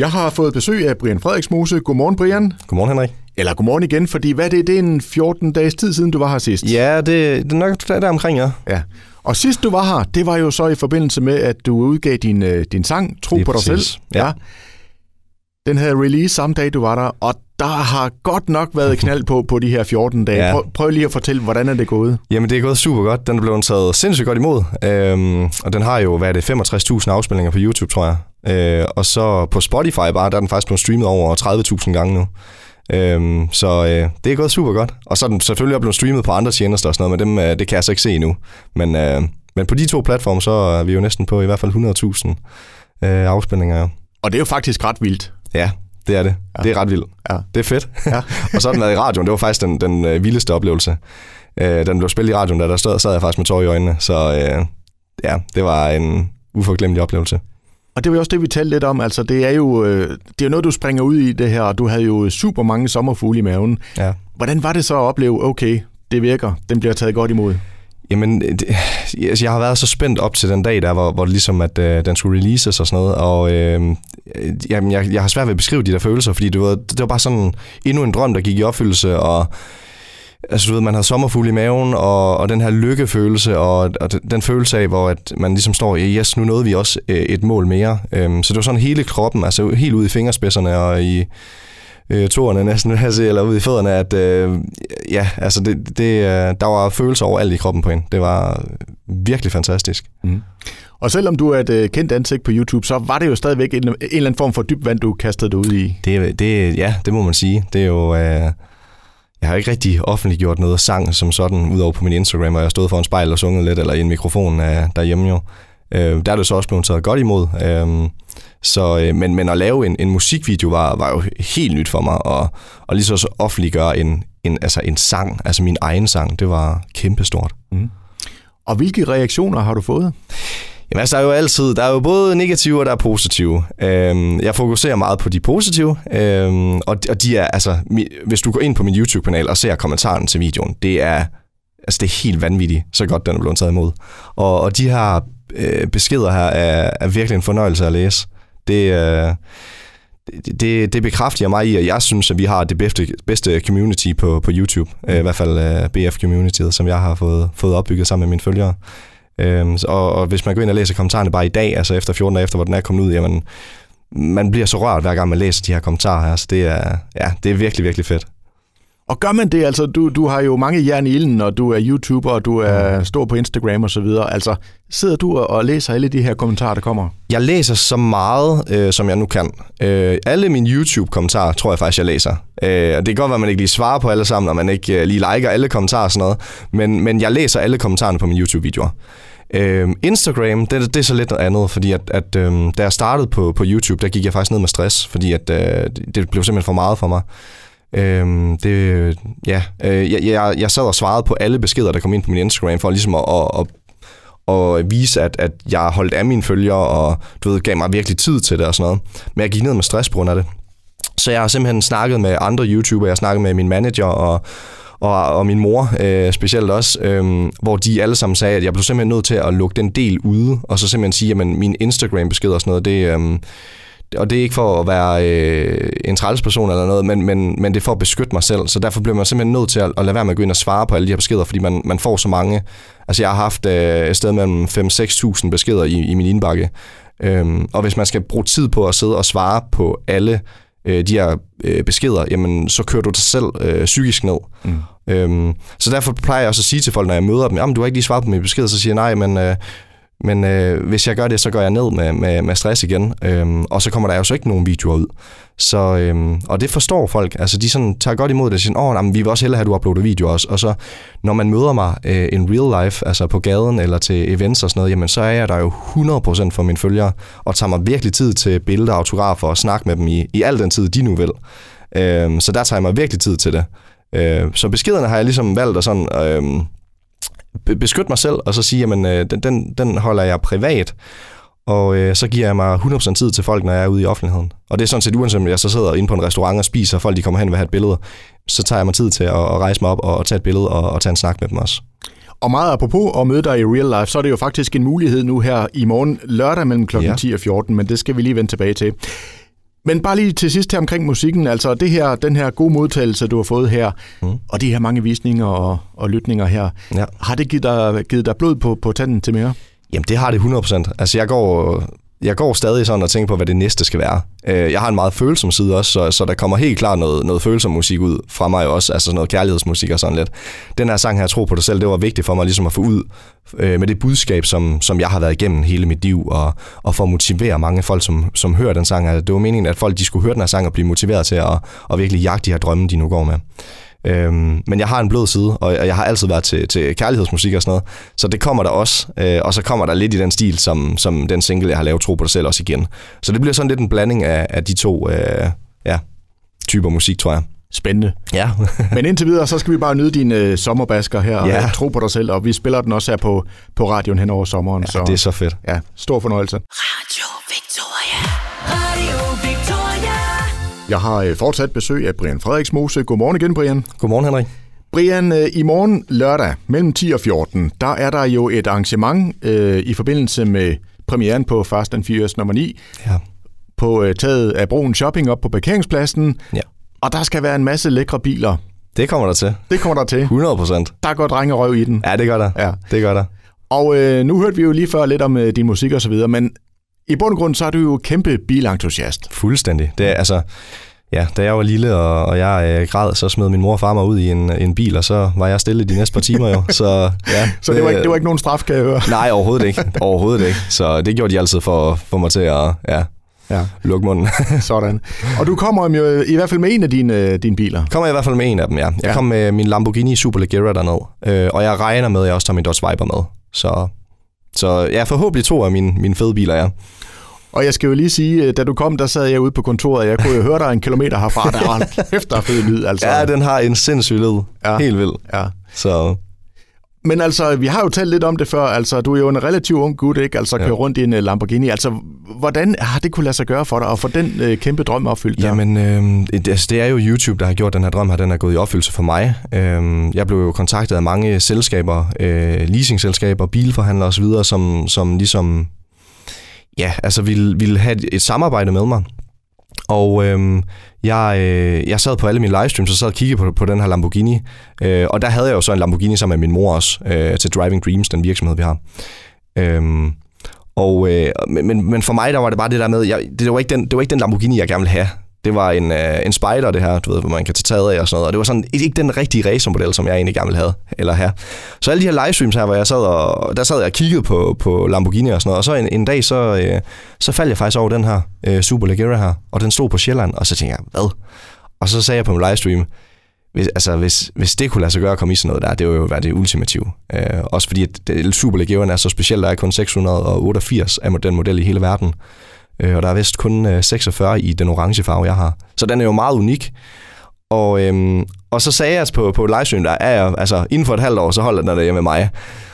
Jeg har fået besøg af Brian Frederiksmose. Godmorgen, Brian. Godmorgen, Henrik. Eller godmorgen igen, fordi hvad er det? Det er en 14 dages tid siden, du var her sidst. Ja, det er nok der omkring, ja. Ja. Og sidst du var her, det var jo så i forbindelse med, at du udgav din sang, Tro på dig selv. Ja. Den havde release samme dag, du var der, og der har godt nok været knald på de her 14 dage. Ja. Prøv lige at fortælle, hvordan er det gået? Jamen, det er gået super godt. Den er blevet taget sindssygt godt imod. Og den har jo, 65.000 afspilninger på YouTube, tror jeg. Og så på Spotify bare, der er den faktisk blevet streamet over 30.000 gange nu. Så det er gået super godt. Og så er den selvfølgelig også blevet streamet på andre tjenester og sådan noget, men dem, det kan jeg så ikke se endnu. Men på de to platforme, så er vi jo næsten på i hvert fald 100.000 afspilninger. Ja. Og det er jo faktisk ret vildt. Ja, det er det. Ja. Det er ret vildt. Ja. Det er fedt. Ja. Og så har den været i radioen. Det var faktisk den vildeste oplevelse. Den blev spillet i radioen, der sad jeg faktisk med tårer i øjnene. Så ja, det var en uforglemmelig oplevelse. Og det var også det, vi talte lidt om. Altså, det er jo noget, du springer ud i det her, og du havde jo super mange sommerfugle i maven. Ja. Hvordan var det så at opleve, okay, det virker, den bliver taget godt imod? Jamen, jeg har været så spændt op til den dag, der hvor det ligesom, at den skulle releases og sådan noget, og jamen, jeg har svært ved at beskrive de der følelser, fordi det var bare sådan endnu en drøm, der gik i opfyldelse, og altså, du ved, man havde sommerfugle i maven, og den her lykkefølelse, og den følelse af, hvor at man ligesom står, yes, nu nåede vi også et mål mere. Så det var sådan hele kroppen, altså helt ud i fingerspidserne og i tårerne næsten, eller ude i fødderne, at ja, altså der var følelser over alt i kroppen på en. Det var virkelig fantastisk. Mm. Og selvom du er et kendt ansigt på YouTube, så var det jo stadigvæk en eller anden form for dybt vand, du kastede dig ud i. Ja, det må man sige. Det er jo... Jeg har ikke rigtig offentliggjort noget sang som sådan, udover på min Instagram, hvor jeg har stået foran spejl og sunget lidt, eller i en mikrofon derhjemme jo. Der er det så også blevet taget godt imod. Men at lave en musikvideo var jo helt nyt for mig, og lige så offentliggøre en sang, altså min egen sang, det var kæmpestort. Mm. Og hvilke reaktioner har du fået? Jamen altså, der er jo både negative og der er positive. Jeg fokuserer meget på de positive, og de er, altså, hvis du går ind på min YouTube-kanal og ser kommentaren til videoen, det er helt vanvittigt, så godt den er blevet taget imod. Og de her beskeder her er virkelig en fornøjelse at læse. Det bekræfter mig i, at jeg synes, at vi har det bedste community på YouTube. I hvert fald BF-communityet, som jeg har fået opbygget sammen med mine følgere. Og hvis man går ind og læser kommentarerne bare i dag, altså efter 14 dage efter, hvor den er kommet ud, jamen, man bliver så rørt, hver gang man læser de her kommentarer her. Så det er virkelig, virkelig fedt. Og gør man det? Altså, du har jo mange jern i ilden, og du er YouTuber, og du er stor på Instagram og så videre. Altså, sidder du og læser alle de her kommentarer, der kommer? Jeg læser så meget, som jeg nu kan. Alle mine YouTube-kommentarer tror jeg faktisk, jeg læser. Det kan godt være, at man ikke lige svarer på alle sammen, og man ikke lige liker alle kommentarer og sådan noget. Men jeg læser alle kommentarerne på mine YouTube-videoer. Instagram, det er så lidt noget andet, fordi at da jeg startede på YouTube, der gik jeg faktisk ned med stress, fordi at det blev simpelthen for meget for mig. Jeg sad og svarede på alle beskeder, der kom ind på min Instagram, for ligesom at vise, at jeg holdt af mine følgere, og du ved, gav mig virkelig tid til det og sådan noget. Men jeg gik ned med stress på grund af det. Så jeg har simpelthen snakket med andre YouTubere, jeg har snakket med min manager og min mor specielt også, hvor de alle sammen sagde, at jeg blev simpelthen nødt til at lukke den del ude, og så simpelthen sige, at min Instagram-beskeder og sådan noget, og det er ikke for at være en trælsperson eller noget, men det er for at beskytte mig selv. Så derfor bliver man simpelthen nødt til at lade være med at gå ind og svare på alle de her beskeder, fordi man får så mange. Altså jeg har haft et sted mellem 5-6.000 beskeder i min indbakke. Og hvis man skal bruge tid på at sidde og svare på alle de her beskeder, jamen så kører du dig selv psykisk ned. Mm. Så derfor plejer jeg også at sige til folk, når jeg møder dem, jamen du har ikke lige svaret på mine beskeder, så siger jeg nej, men hvis jeg gør det, så går jeg ned med stress igen, og så kommer der jo så ikke nogen videoer ud. Så, og det forstår folk, altså de sådan tager godt imod det, og siger, vi vil også hellere have, at du uploader videoer også. Og så når man møder mig in real life, altså på gaden eller til events og sådan noget, jamen så er jeg der jo 100% for mine følgere, og tager mig virkelig tid til billeder, autografer og snakke med dem i al den tid, de nu vil. Så der tager jeg mig virkelig tid til det. Så beskederne har jeg ligesom valgt at sådan... beskytte mig selv, og så sige, jamen, den holder jeg privat, og så giver jeg mig 100% tid til folk, når jeg er ude i offentligheden. Og det er sådan set uanset, om jeg så sidder inde på en restaurant og spiser, og folk de kommer hen og vil have et billede, så tager jeg mig tid til at rejse mig op og tage et billede og tage en snak med dem også. Og meget apropos at møde dig i real life, så er det jo faktisk en mulighed nu her i morgen lørdag mellem kl. 10 og 14, men det skal vi lige vende tilbage til. Men bare lige til sidst her omkring musikken, altså den her gode modtagelse, du har fået her, og de her mange visninger og lytninger her, har det givet dig blod på tanden til mere? Jamen, det har det 100%. Altså, jeg går stadig sådan og tænker på, hvad det næste skal være. Jeg har en meget følsom side også, så der kommer helt klart noget følsom musik ud fra mig også, altså noget kærlighedsmusik og sådan lidt. Den her sang her, Tro på dig selv, det var vigtigt for mig ligesom at få ud med det budskab, som jeg har været igennem hele mit liv, og for at motivere mange folk, som hører den sang her. Det var meningen, at folk de skulle høre den her sang og blive motiveret til at virkelig jagte de her drømme, de nu går med. Men jeg har en blød side, og jeg har altid været til kærlighedsmusik og sådan noget, så det kommer der også, og så kommer der lidt i den stil, som den single, jeg har lavet, Tro på dig selv, også igen. Så det bliver sådan lidt en blanding af de to typer musik, tror jeg. Spændende. Ja. Men indtil videre, så skal vi bare nyde dine sommerbasker her, og Tro på dig selv, og vi spiller den også her på radioen hen over sommeren. Ja, det er så fedt. Ja, stor fornøjelse. Radio Victoria. Radio Victoria. Jeg har fortsat besøg af Brian Frederiksmose. Godmorgen igen, Brian. Godmorgen, Henrik. Brian, i morgen lørdag mellem 10 og 14, der er der jo et arrangement i forbindelse med premieren på Fast and Furious nummer 9 på taget af Broen Shopping op på parkeringspladsen. Ja. Og der skal være en masse lækre biler. Det kommer der til. Det kommer der til. 100%. Der går drenge og røv i den. Ja, det gør der. Ja. Det gør der. Og nu hørte vi jo lige før lidt om din musik og så videre, men i bund og grund, så er du jo kæmpe bilentusiast. Fuldstændig. Det er altså... Ja, da jeg var lille, og jeg græd, så smed min mor og far mig ud i en bil, og så var jeg stille de næste par timer jo. Så, ja, så det var ikke nogen straf, kan jeg høre? Nej, overhovedet ikke. Overhovedet ikke. Så det gjorde de altid for at få mig til at lukke munden. Sådan. Og du kommer jo i hvert fald med en af dine biler. Kommer i hvert fald med en af dem, ja. Jeg kom med min Lamborghini Superleggera derned, og jeg regner med, at jeg også tager min Dodge Viper med. Så ja, forhåbentlig 2 af mine fede biler, ja. Og jeg skal jo lige sige, da du kom, der sad jeg ude på kontoret, og jeg kunne jo høre dig en kilometer herfra, der var efter fed lyd. Altså. Ja, den har en sindssyg lyd. Ja. Helt vild. Ja. Så... Men altså, vi har jo talt lidt om det før, altså du er jo en relativt ung gut, ikke? Altså kører rundt i en Lamborghini. Altså, hvordan har det kunne lade sig gøre for dig at få den kæmpe drøm opfyldt? Jamen, det er jo YouTube, der har gjort den her drøm her, den er gået i opfyldelse for mig. Jeg blev jo kontaktet af mange selskaber, leasingselskaber, bilforhandlere osv., som ligesom... Ja, altså ville have et samarbejde med mig. Og jeg sad på alle mine livestreams og sad og kiggede på den her Lamborghini. Og der havde jeg jo så en Lamborghini sammen med min mor også, til Driving Dreams, den virksomhed, vi har. Men for mig, der var det bare det der med, det var ikke den Lamborghini, jeg gerne ville have. Det var en Spider, det her, du ved, hvor man kan tage taget af og sådan noget. Og det var sådan ikke den rigtige racermodel, som jeg egentlig gerne ville have. Så alle de her livestreams her, hvor jeg sad jeg og kiggede på Lamborghini og sådan noget. Og så en dag, så faldt jeg faktisk over den her Superleggera her, og den stod på Sjælland. Og så tænkte jeg, hvad? Og så sagde jeg på min livestream, hvis det kunne lade sig gøre at komme i sådan noget der, det ville jo være det ultimative. Også fordi at Superleggeraen er så speciel, der er kun 688 af den model i hele verden. Og der er vist kun 46 i den orange farve, jeg har. Så den er jo meget unik. Og så sagde jeg på livestream, der er jeg, altså inden for et halvt år, så holder den der hjemme med mig.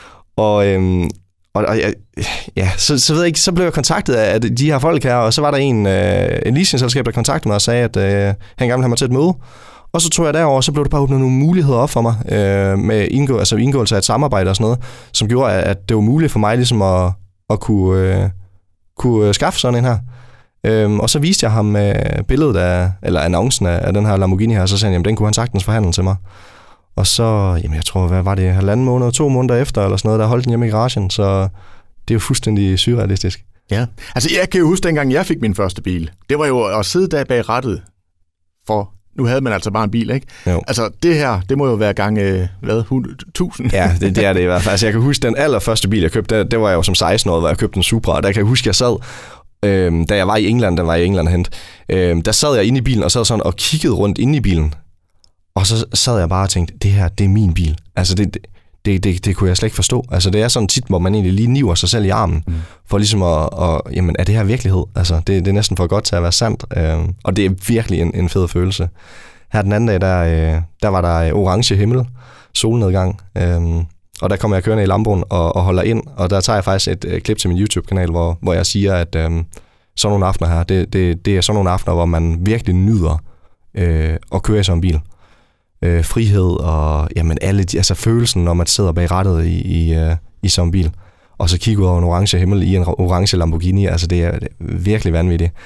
Så ved jeg ikke, så blev jeg kontaktet af de her folk her, og så var der en leasingselskab, der kontaktede mig og sagde, at han gerne ville have mig til et møde. Og så tog jeg derover, og så blev der bare åbnet nogle muligheder op for mig, med indgåelse af et samarbejde og sådan noget, som gjorde, at det var muligt for mig ligesom at kunne skaffe sådan en her. Og så viste jeg ham billedet eller annoncen af den her Lamborghini her, og så sagde han, den kunne han sagtens forhandle til mig. Og så, jeg tror, hvad var det, 1,5 måned, 2 måneder efter, eller sådan noget, der holdt den hjemme i garagen, så det er jo fuldstændig surrealistisk. Ja, altså jeg kan jo huske, dengang jeg fik min første bil, det var jo at sidde der bag rattet, for nu havde man altså bare en bil, ikke? Jo. Altså det her, det må jo være gange, 1000? Ja, det er det i hvert fald. Altså jeg kan huske, den allerførste bil, jeg købte, det var jeg jo som 16-årig, hvor jeg købte en Supra, og der kan jeg huske, jeg sad, da jeg var i England, der sad jeg inde i bilen, og sad sådan og kiggede rundt inde i bilen, og så sad jeg bare og tænkte, det her, det er min bil. Altså det kunne jeg slet ikke forstå. Altså det er sådan tit, hvor man egentlig lige niver sig selv i armen, for ligesom jamen er det her virkelighed? Altså det er næsten for godt til at være sandt, og det er virkelig en fed følelse. Her den anden dag, der var der orange himmel, solnedgang, og der kommer jeg kørende i Lamboen og holder ind, og der tager jeg faktisk et klip til min YouTube-kanal, hvor jeg siger, at sådan nogle aftener her, det er sådan nogle aftener, hvor man virkelig nyder at køre i sådan en bil. Frihed og jamen altså følelsen, når man sidder bag rattet i sådan en bil, og så kigger ud over en orange himmel i en orange Lamborghini, altså det er virkelig vanvittigt.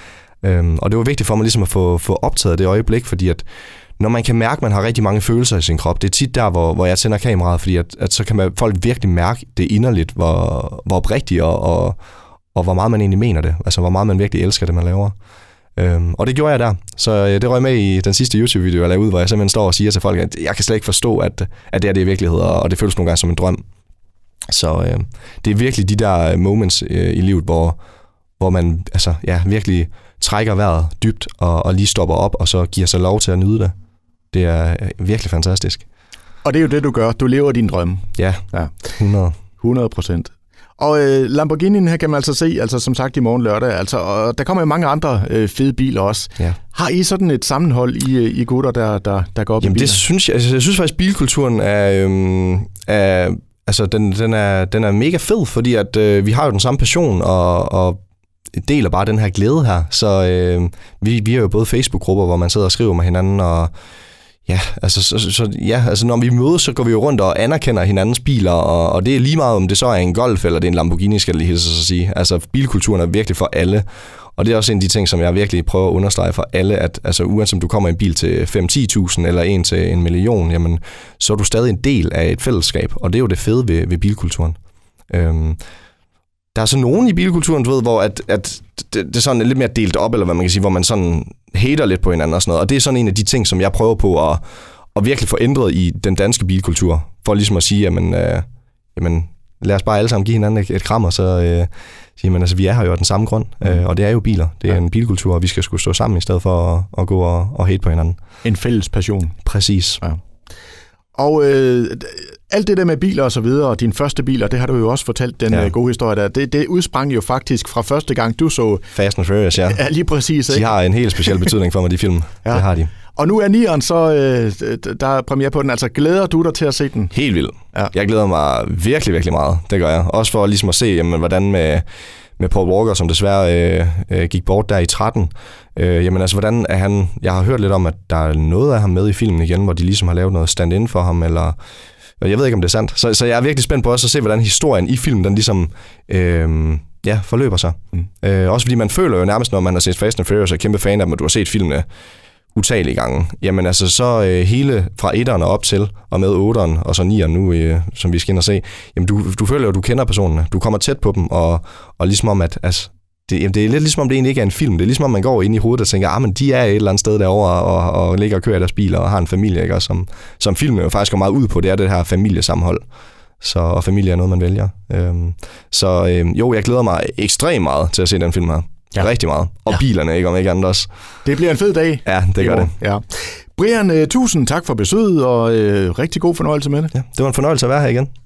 Og det var vigtigt for mig ligesom at få optaget det øjeblik, fordi at når man kan mærke, at man har rigtig mange følelser i sin krop, det er tit der, hvor jeg tænder kameraet, fordi at så kan folk virkelig mærke det inderligt, hvor oprigtigt og hvor meget man egentlig mener det. Altså, hvor meget man virkelig elsker det, man laver. Og det gjorde jeg der. Så det røg med i den sidste YouTube-video, jeg lavede ud, hvor jeg simpelthen står og siger til folk, at jeg kan slet ikke forstå, at det er virkelighed, og det føles nogle gange som en drøm. Så det er virkelig de der moments i livet, hvor man altså, virkelig trækker vejret dybt og lige stopper op, og så giver sig lov til at nyde det. Det er virkelig fantastisk. Og det er jo det, du gør. Du lever din drømme. Ja. 100%. Og Lamborghinien her kan man altså se, altså som sagt i morgen lørdag, altså, og der kommer jo mange andre fede biler også. Ja. Har I sådan et sammenhold i gutter, der går op i biler? Det synes jeg. Altså, jeg synes faktisk, bilkulturen er altså den er mega fed, fordi at vi har jo den samme passion og deler bare den her glæde her. Så vi har jo både Facebook-grupper, hvor man sidder og skriver med hinanden, og ja, altså når vi mødes, så går vi jo rundt og anerkender hinandens biler, og det er lige meget, om det så er en Golf eller det er en Lamborghini, skal det hilse at sige. Altså bilkulturen er virkelig for alle, og det er også en af de ting, som jeg virkelig prøver at understrege for alle, at altså uanset om du kommer i en bil til 5-10.000 eller en til 1 million, jamen så er du stadig en del af et fællesskab, og det er jo det fede ved bilkulturen. Der er så nogen i bilkulturen, du ved, hvor at det er sådan lidt mere delt op, eller hvad man kan sige, hvor man sådan hater lidt på hinanden og sådan noget. Og det er sådan en af de ting, som jeg prøver på at virkelig få ændret i den danske bilkultur. For ligesom at sige, jamen lad os bare alle sammen give hinanden et kram, og så sige, men altså vi er her jo af den samme grund. Og det er jo biler. Det er en bilkultur, og vi skal sgu stå sammen i stedet for at gå og hate på hinanden. En fælles passion. Præcis. Ja. Og alt det der med biler og så videre, og din første bil, og det har du jo også fortalt, den gode historie der, det udsprang jo faktisk fra første gang, du så Fast and Furious, ja. Ja, lige præcis. De har en helt speciel betydning for mig, de film. Ja. Det har de. Og nu er 9'eren, så der er premiere på den. Altså, glæder du dig til at se den? Helt vildt. Ja. Jeg glæder mig virkelig, virkelig meget. Det gør jeg. Også for ligesom at se, jamen, hvordan med Paul Walker, som desværre gik bort der i 13. Jamen altså, hvordan er han... Jeg har hørt lidt om, at der er noget af ham med i filmen igen, hvor de ligesom har lavet noget stand-in for ham, eller... Jeg ved ikke, om det er sandt. Så jeg er virkelig spændt på også at se, hvordan historien i filmen, den ligesom... forløber sig. Også fordi man føler jo nærmest, når man har set Fast and Furious og er kæmpe fan af dem, og du har set filmene utallige gange. Jamen altså, så hele fra 1'eren op til, og med 8'eren, og så 9'eren nu, som vi skal ind og se, jamen du føler jo, at du kender personerne. Du kommer tæt på dem, og ligesom om, at altså, det er lidt ligesom om, det egentlig ikke er en film. Det er ligesom om, man går ind i hovedet og tænker, men de er et eller andet sted derovre, og ligger og kører i deres biler, og har en familie, ikke? Og som filmen jo faktisk går meget ud på, det er det her familiesammenhold. Og familie er noget, man vælger. Jo, jeg glæder mig ekstremt meget til at se den film her. Ja. Rigtig meget. Og bilerne, ikke om ikke andet også. Det bliver en fed dag. Ja, det gør det. Ja. Brian, tusind tak for besøget, og rigtig god fornøjelse med det. Ja, det var en fornøjelse at være her igen.